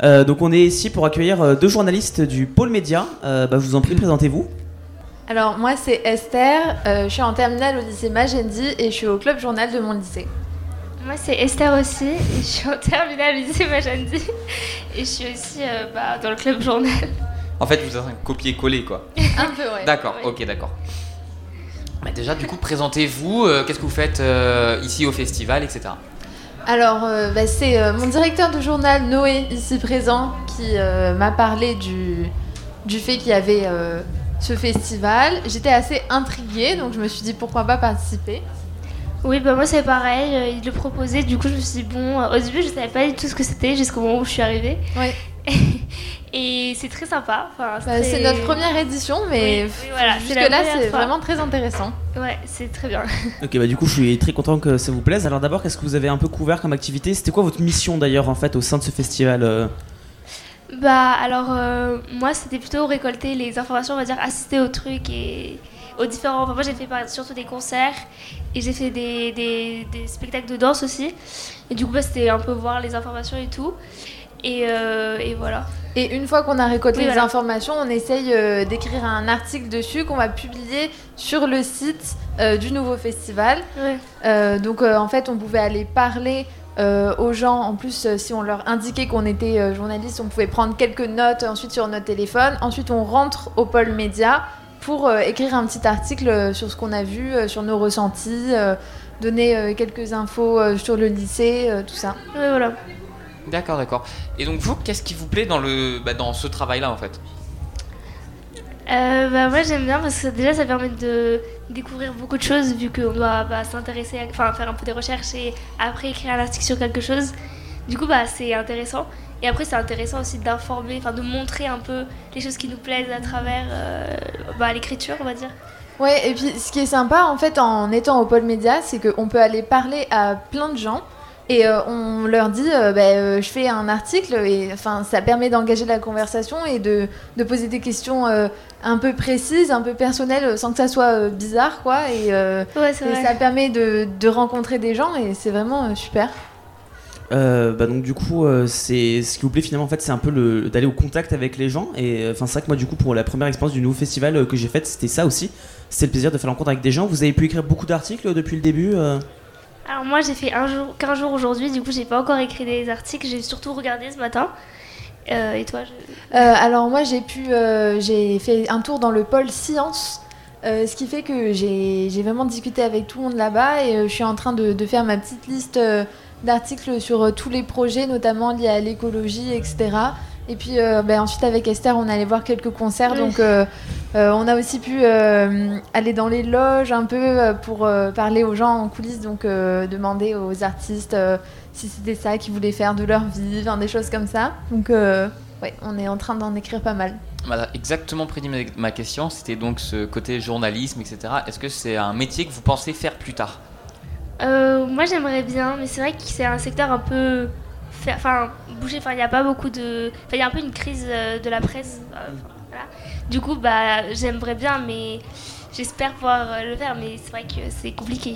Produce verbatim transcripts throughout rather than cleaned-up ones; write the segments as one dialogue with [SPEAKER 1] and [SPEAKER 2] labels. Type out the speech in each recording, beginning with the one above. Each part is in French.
[SPEAKER 1] Euh, donc on est ici pour accueillir euh, deux journalistes du pôle média. Euh, bah, je vous en prie, présentez-vous.
[SPEAKER 2] Alors moi c'est Esther, euh, je suis en terminale au lycée Magendie et je suis au club journal de mon lycée.
[SPEAKER 3] Moi c'est Esther aussi, et je suis en terminale au lycée Magendie et je suis aussi euh, bah, dans le club journal.
[SPEAKER 4] En fait vous êtes un copier-coller quoi.
[SPEAKER 2] Un peu ouais.
[SPEAKER 4] D'accord,
[SPEAKER 2] oui.
[SPEAKER 4] ok d'accord. Bah, déjà du coup présentez-vous, euh, qu'est-ce que vous faites euh, ici au festival, et cetera.
[SPEAKER 2] Alors euh, bah, c'est euh, mon directeur de journal Noé ici présent qui euh, m'a parlé du, du fait qu'il y avait euh, ce festival. J'étais assez intriguée donc je me suis dit pourquoi pas participer.
[SPEAKER 3] Oui, bah moi c'est pareil, euh, il le proposait, du coup je me suis dit bon, euh, au début je savais pas du tout ce que c'était jusqu'au moment où je suis arrivée.
[SPEAKER 2] Ouais.
[SPEAKER 3] Et c'est très sympa. Enfin, c'est,
[SPEAKER 2] bah,
[SPEAKER 3] très...
[SPEAKER 2] c'est notre première édition mais
[SPEAKER 3] oui, oui, voilà,
[SPEAKER 2] jusque là c'est fois. Vraiment très intéressant.
[SPEAKER 3] Ouais, c'est très bien.
[SPEAKER 1] Ok, bah du coup je suis très content que ça vous plaise. Alors d'abord, qu'est-ce que vous avez un peu couvert comme activité ? C'était quoi votre mission d'ailleurs en fait au sein de ce festival euh...
[SPEAKER 3] Bah alors euh, moi c'était plutôt récolter les informations, on va dire assister aux trucs et aux différents... Enfin, moi j'ai fait surtout des concerts et j'ai fait des, des, des spectacles de danse aussi. Et du coup bah, c'était un peu voir les informations et tout. Et, euh, et voilà.
[SPEAKER 2] Et une fois qu'on a récolté
[SPEAKER 3] oui,
[SPEAKER 2] les
[SPEAKER 3] voilà.
[SPEAKER 2] informations, on essaye euh, d'écrire un article dessus qu'on va publier sur le site euh, du nouveau festival.
[SPEAKER 3] Ouais.
[SPEAKER 2] Euh, donc euh, en fait on pouvait aller parler euh, aux gens. En plus euh, si on leur indiquait qu'on était euh, journaliste, on pouvait prendre quelques notes ensuite sur notre téléphone. Ensuite on rentre au pôle média pour euh, écrire un petit article euh, sur ce qu'on a vu, euh, sur nos ressentis, euh, donner euh, quelques infos euh, sur le lycée, euh, tout ça.
[SPEAKER 3] Ouais, voilà.
[SPEAKER 4] D'accord, d'accord. Et donc vous, qu'est-ce qui vous plaît dans, le, bah, dans ce travail-là en fait ?
[SPEAKER 3] euh, bah, Moi j'aime bien parce que déjà ça permet de découvrir beaucoup de choses vu qu'on doit bah, s'intéresser, à, enfin faire un peu des recherches et après écrire un article sur quelque chose. Du coup bah, c'est intéressant. Et après c'est intéressant aussi d'informer, enfin de montrer un peu les choses qui nous plaisent à travers euh, bah, l'écriture on va dire.
[SPEAKER 2] Ouais, et puis ce qui est sympa en fait en étant au pôle média, c'est qu'on peut aller parler à plein de gens. Et euh, on leur dit, euh, bah, euh, je fais un article, et enfin, ça permet d'engager la conversation et de, de poser des questions euh, un peu précises, un peu personnelles, sans que ça soit euh, bizarre, quoi. Et, euh,
[SPEAKER 3] ouais, c'est
[SPEAKER 2] et
[SPEAKER 3] vrai.
[SPEAKER 2] ça permet de, de rencontrer des gens, et c'est vraiment euh, super.
[SPEAKER 1] Euh, bah donc du coup euh, c'est ce qui vous plaît finalement en fait c'est un peu le, d'aller au contact avec les gens et enfin c'est vrai que moi du coup pour la première expérience du nouveau festival euh, que j'ai faite c'était ça aussi, c'était le plaisir de faire la rencontre avec des gens. Vous avez pu écrire beaucoup d'articles depuis le début euh...
[SPEAKER 3] Alors moi j'ai fait un jour, quinze jours aujourd'hui, du coup j'ai pas encore écrit des articles, j'ai surtout regardé ce matin. Euh, et toi je...
[SPEAKER 2] euh, Alors moi j'ai pu, euh, j'ai fait un tour dans le pôle sciences, euh, ce qui fait que j'ai, j'ai vraiment discuté avec tout le monde là-bas et euh, je suis en train de, de faire ma petite liste euh, d'articles sur euh, tous les projets, notamment liés à l'écologie, et cetera. Et puis euh, ben, ensuite avec Esther on allait voir quelques concerts, oui. donc euh, euh, on a aussi pu euh, aller dans les loges un peu pour euh, parler aux gens en coulisses, donc euh, demander aux artistes euh, si c'était ça qu'ils voulaient faire de leur vie, enfin, des choses comme ça. Donc euh, ouais, on est en train d'en écrire pas mal.
[SPEAKER 4] Voilà, exactement prédit ma question, c'était donc ce côté journalisme, et cetera. Est-ce que c'est un métier que vous pensez faire plus tard ?
[SPEAKER 3] euh, Moi j'aimerais bien, mais c'est vrai que c'est un secteur un peu... Enfin, bouger, enfin, il n'y a pas beaucoup de... Enfin, il y a un peu une crise euh, de la presse. Euh, voilà. Du coup, bah, j'aimerais bien, mais j'espère pouvoir euh, le faire, mais c'est vrai que c'est compliqué.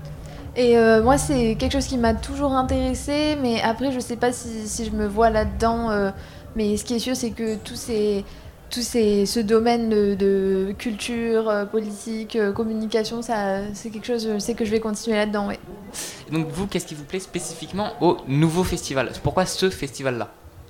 [SPEAKER 2] Et euh, moi, c'est quelque chose qui m'a toujours intéressée, mais après, je sais pas si, si je me vois là-dedans. Euh, mais ce qui est sûr, c'est que tous ces... Tout ces, ce domaine de, de culture, euh, politique, euh, communication, ça, c'est quelque chose, je sais que je vais continuer là-dedans, oui.
[SPEAKER 4] Et donc vous, qu'est-ce qui vous plaît spécifiquement au nouveau festival ? Pourquoi ce festival-là ?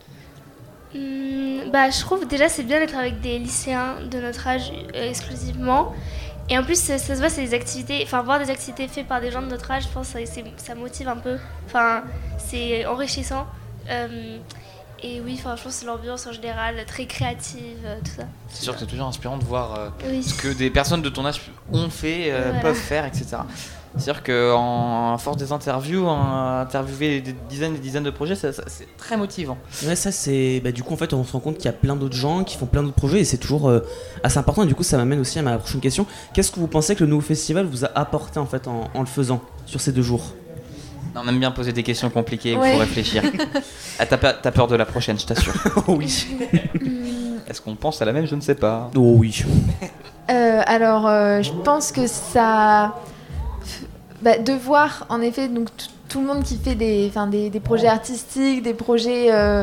[SPEAKER 3] hum, bah, Je trouve déjà c'est bien d'être avec des lycéens de notre âge euh, exclusivement. Et en plus, ça, ça se voit, c'est des activités, enfin voir des activités faites par des gens de notre âge, je pense que ça, ça motive un peu. Enfin, c'est enrichissant. Euh, Et oui, enfin, je pense que c'est l'ambiance en général, très créative, euh, tout ça.
[SPEAKER 4] C'est sûr que c'est toujours inspirant de voir euh,
[SPEAKER 3] oui.
[SPEAKER 4] ce que des personnes de ton âge ont fait, euh, voilà. peuvent faire, et cetera. C'est-à-dire qu'en force des interviews, en interviewer des dizaines et des dizaines de projets, ça, ça, c'est très motivant.
[SPEAKER 1] Ouais, ça c'est... Bah, du coup, en fait, on se rend compte qu'il y a plein d'autres gens qui font plein d'autres projets et c'est toujours euh, assez important. Et du coup, ça m'amène aussi à ma prochaine question. Qu'est-ce que vous pensez que le nouveau festival vous a apporté en fait en, en le faisant sur ces deux jours ?
[SPEAKER 4] On aime bien poser des questions compliquées, il
[SPEAKER 2] ouais.
[SPEAKER 4] faut réfléchir. Ah, t'as, peur, t'as peur de la prochaine, je t'assure.
[SPEAKER 1] Oh oui.
[SPEAKER 4] Est-ce qu'on pense à la même ? Je ne sais pas.
[SPEAKER 1] Oh oui.
[SPEAKER 2] Euh, alors, euh, je pense que ça... Bah, de voir, en effet, donc, t- tout le monde qui fait des, des, des projets artistiques, des projets... Euh,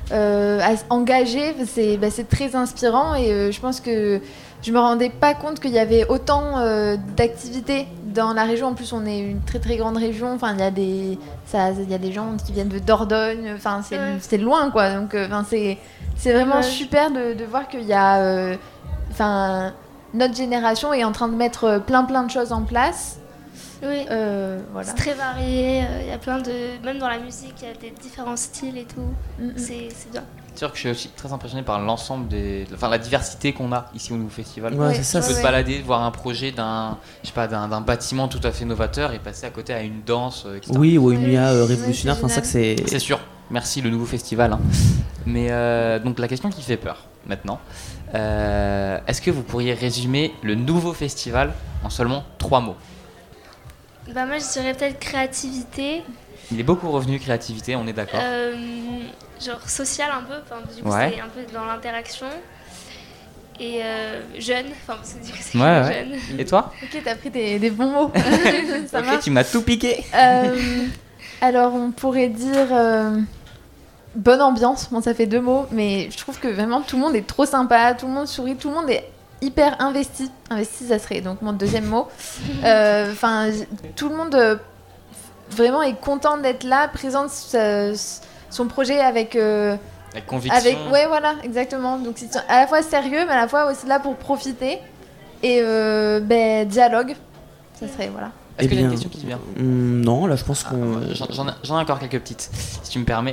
[SPEAKER 2] euh, engagés. C'est, bah, c'est très inspirant et euh, je pense que je me rendais pas compte qu'il y avait autant euh, d'activités dans la région. En plus, on est une très très grande région. Enfin, il y a des, ça, il y a des gens qui viennent de Dordogne. Enfin, c'est, ouais. c'est loin, quoi. Donc, enfin, euh, c'est, c'est vraiment ouais. super de, de voir qu'il y a, enfin, euh, notre génération est en train de mettre plein plein de choses en place.
[SPEAKER 3] Oui.
[SPEAKER 2] Euh, voilà.
[SPEAKER 3] C'est très varié. Il y a plein de, même dans la musique, il y a des différents styles et tout. Mm-hmm. C'est, c'est bien.
[SPEAKER 4] C'est sûr que je suis aussi très impressionné par l'ensemble des, enfin la diversité qu'on a ici au Nouveau Festival.
[SPEAKER 1] Ouais, c'est ça.
[SPEAKER 4] Tu peux
[SPEAKER 1] ouais.
[SPEAKER 4] te balader, voir un projet d'un, je sais pas, d'un, d'un bâtiment tout à fait novateur et passer à côté à une danse, et cetera.
[SPEAKER 1] Oui, ou une I A euh, révolutionnaire. Enfin, ça que c'est.
[SPEAKER 4] C'est sûr. Merci le Nouveau Festival. Hein. Mais euh, donc la question qui fait peur maintenant, euh, est-ce que vous pourriez résumer le Nouveau Festival en seulement trois mots?
[SPEAKER 3] Bah moi je dirais peut-être créativité.
[SPEAKER 4] Il est beaucoup revenu créativité, on est d'accord.
[SPEAKER 3] Euh, genre social un peu, enfin du coup ouais. c'est un peu dans l'interaction. Et euh, jeune, enfin parce que du coup c'est
[SPEAKER 4] ouais, ouais.
[SPEAKER 3] jeune.
[SPEAKER 4] Et toi?
[SPEAKER 2] Ok, t'as pris des, des bons mots. Ça
[SPEAKER 4] ok,
[SPEAKER 2] marche.
[SPEAKER 4] Tu m'as tout piqué.
[SPEAKER 2] Euh, alors on pourrait dire euh, bonne ambiance. Bon ça fait deux mots, mais je trouve que vraiment tout le monde est trop sympa, tout le monde sourit, tout le monde est hyper investi. Investi, ça serait donc mon deuxième mot. Enfin, euh, tout le monde euh, vraiment est content d'être là, présente sa, son projet avec. Euh,
[SPEAKER 4] avec conviction.
[SPEAKER 2] Avec, ouais, voilà, exactement. Donc c'est à la fois sérieux, mais à la fois aussi là pour profiter et euh, ben dialogue. Ça serait voilà.
[SPEAKER 4] Est-ce
[SPEAKER 1] eh
[SPEAKER 4] qu'il y a une
[SPEAKER 1] bien,
[SPEAKER 4] question qui te vient?
[SPEAKER 1] mm, Non, là je pense qu'on.
[SPEAKER 4] Ah, j'en, j'en, ai, j'en ai encore quelques petites, si tu me permets.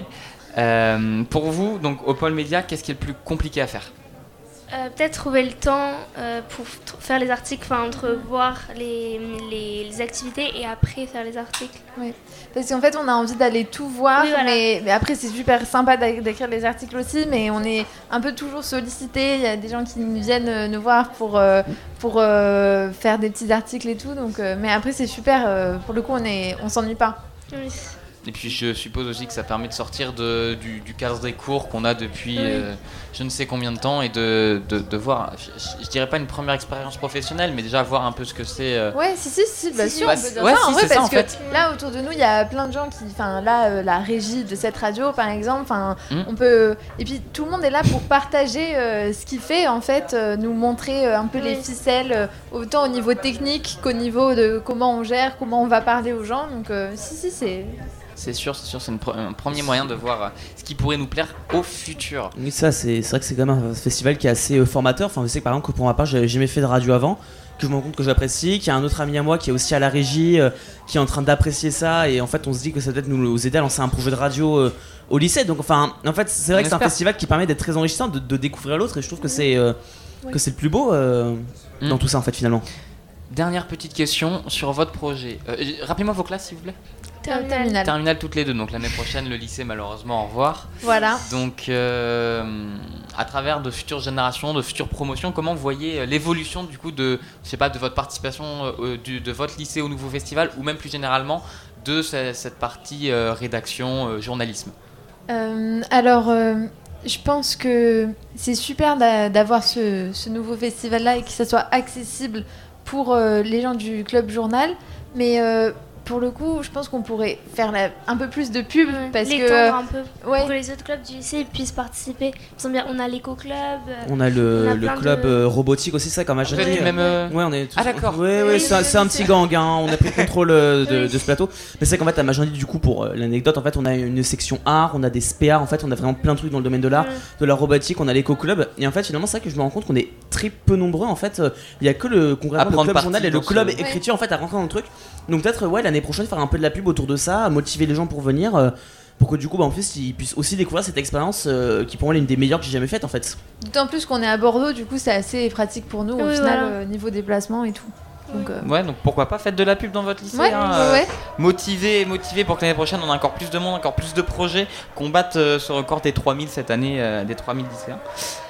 [SPEAKER 4] Euh, pour vous, donc au pôle média, qu'est-ce qui est le plus compliqué à faire?
[SPEAKER 3] Euh, peut-être trouver le temps euh, pour t- faire les articles, enfin entre voir les, les, les activités et après faire les articles.
[SPEAKER 2] Oui, parce qu'en fait on a envie d'aller tout voir, oui, voilà. mais, mais après c'est super sympa d'écrire les articles aussi, mais on est un peu toujours sollicité. Il y a des gens qui viennent nous voir pour, euh, pour euh, faire des petits articles et tout, donc, euh, mais après c'est super, euh, pour le coup on, est, on s'ennuie pas.
[SPEAKER 3] Oui.
[SPEAKER 4] Et puis je suppose aussi que ça permet de sortir de, du, du cadre des cours qu'on a depuis oui. euh, je ne sais combien de temps et de, de, de voir, je, je dirais pas une première expérience professionnelle, mais déjà voir un peu ce que c'est. Euh...
[SPEAKER 2] Ouais, si, si, si, bah, si,
[SPEAKER 4] bah,
[SPEAKER 2] on peut dire
[SPEAKER 4] ouais,
[SPEAKER 2] ça
[SPEAKER 4] si,
[SPEAKER 2] en vrai,
[SPEAKER 4] c'est
[SPEAKER 2] parce
[SPEAKER 4] ça, en
[SPEAKER 2] que
[SPEAKER 4] fait.
[SPEAKER 2] là autour de nous, il y a plein de gens qui, enfin là, euh, la régie de cette radio par exemple, enfin,
[SPEAKER 4] mmh.
[SPEAKER 2] on peut, et puis tout le monde est là pour partager euh, ce qu'il fait en fait, euh, nous montrer euh, un peu oui. les ficelles, euh, autant au niveau technique qu'au niveau de comment on gère, comment on va parler aux gens, donc euh, si, si, c'est.
[SPEAKER 4] C'est sûr, c'est sûr, c'est une pre- un premier moyen de voir ce qui pourrait nous plaire au futur.
[SPEAKER 1] Oui, ça, c'est, c'est vrai que c'est quand même un festival qui est assez euh, formateur. Enfin, je sais que par exemple, que pour ma part, j'avais jamais fait de radio avant, que je me rends compte que j'apprécie, qu'il y a un autre ami à moi qui est aussi à la régie, euh, qui est en train d'apprécier ça, et en fait, on se dit que ça peut être nous aider à lancer un projet de radio euh, au lycée. Donc, enfin, en fait, c'est vrai on que espère. C'est un festival qui permet d'être très enrichissant, de, de découvrir l'autre, et je trouve que c'est, euh, oui. que c'est le plus beau euh, mmh. dans tout ça, en fait, finalement.
[SPEAKER 4] Dernière petite question sur votre projet. Euh, rappelez-moi vos classes, s'il vous plaît.
[SPEAKER 2] Terminale.
[SPEAKER 4] Terminale toutes les deux, donc l'année prochaine le lycée malheureusement au revoir.
[SPEAKER 2] Voilà.
[SPEAKER 4] Donc euh, à travers de futures générations, de futures promotions, comment vous voyez l'évolution du coup de, je sais pas, de votre participation euh, du, de votre lycée au Nouveau Festival ou même plus généralement de ce, cette partie euh, rédaction, euh, journalisme?
[SPEAKER 2] euh, Alors euh, je pense que c'est super d'a- d'avoir ce, ce nouveau festival là et que ça soit accessible pour euh, les gens du club journal, mais euh, pour le coup, je pense qu'on pourrait faire la, un peu plus de pub
[SPEAKER 3] ouais,
[SPEAKER 2] parce
[SPEAKER 3] l'étendre
[SPEAKER 2] que
[SPEAKER 3] un peu ouais. pour que les autres clubs du lycée puissent participer. Bien, on a l'éco-club.
[SPEAKER 1] On a le,
[SPEAKER 3] on a
[SPEAKER 1] le club
[SPEAKER 3] de...
[SPEAKER 1] robotique aussi, ça comme à
[SPEAKER 4] Vous êtes même euh...
[SPEAKER 1] ouais, on est tous...
[SPEAKER 4] Ah d'accord.
[SPEAKER 1] Ouais, ouais,
[SPEAKER 3] oui,
[SPEAKER 1] c'est, c'est un petit gang. Hein. On a pris le contrôle de, oui. de ce plateau. Mais c'est qu'en fait, à Magendie, du coup, pour euh, l'anecdote, en fait, on a une section art, on a des S P A. En fait, on a vraiment plein de trucs dans le domaine de l'art, mmh. de la robotique. On a l'éco-club. Et en fait, finalement, c'est vrai que je me rends compte qu'on est très peu nombreux. En fait, il y a que le congrès, le club journal et le club ce... écriture en fait à rentrer dans le truc. Donc peut-être ouais l'année prochaine faire un peu de la pub autour de ça, motiver les gens pour venir, euh, pour que du coup bah, en plus ils puissent aussi découvrir cette expérience euh, qui pour moi est une des meilleures que j'ai jamais faite en fait.
[SPEAKER 2] D'autant plus qu'on est à Bordeaux, du coup c'est assez pratique pour nous oui, au final voilà. euh, niveau déplacement et tout. Donc, euh...
[SPEAKER 4] Ouais, donc pourquoi pas, faites de la pub dans votre lycée.
[SPEAKER 2] Ouais,
[SPEAKER 4] hein,
[SPEAKER 2] ouais, ouais.
[SPEAKER 4] Euh, motivez, motivez pour que l'année prochaine on ait encore plus de monde, encore plus de projets, qu'on batte euh, ce record des trois mille cette année, euh, des trois mille lycéens.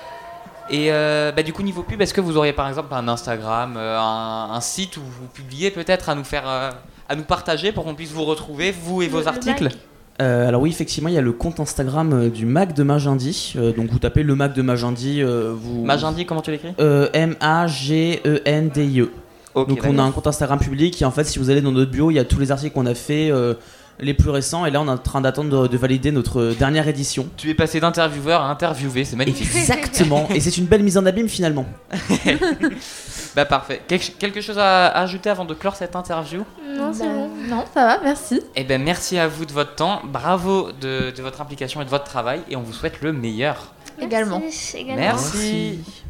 [SPEAKER 4] Et euh, bah, du coup niveau pub, est-ce que vous auriez par exemple un Instagram, euh, un, un site où vous publiez peut-être à nous faire, euh, à nous partager pour qu'on puisse vous retrouver, vous et vos
[SPEAKER 3] le
[SPEAKER 4] articles?
[SPEAKER 1] euh, Alors oui, effectivement, il y a le compte Instagram euh, du Mac de Magendie. Euh, donc vous tapez le Mac de Magendie. Euh, vous...
[SPEAKER 4] Magendie, comment tu l'écris?
[SPEAKER 1] euh, M A G E N D I E. Okay, donc d'accord. On a un compte Instagram public et en fait si vous allez dans notre bio, il y a tous les articles qu'on a fait. Euh, les plus récents. Et là, on est en train d'attendre de, de valider notre dernière édition.
[SPEAKER 4] Tu es passé d'intervieweur à interviewé, c'est magnifique.
[SPEAKER 1] Exactement. Et c'est une belle mise en abîme finalement.
[SPEAKER 4] Bah parfait. Quelque, quelque chose à, à ajouter avant de clore cette interview?
[SPEAKER 3] Non, c'est
[SPEAKER 2] Bah,
[SPEAKER 3] bon.
[SPEAKER 2] Non, ça va, merci.
[SPEAKER 4] Eh ben merci à vous de votre temps, bravo de, de votre implication et de votre travail, et on vous souhaite le meilleur.
[SPEAKER 2] Également.
[SPEAKER 3] Merci, également.
[SPEAKER 4] Merci.
[SPEAKER 1] Merci.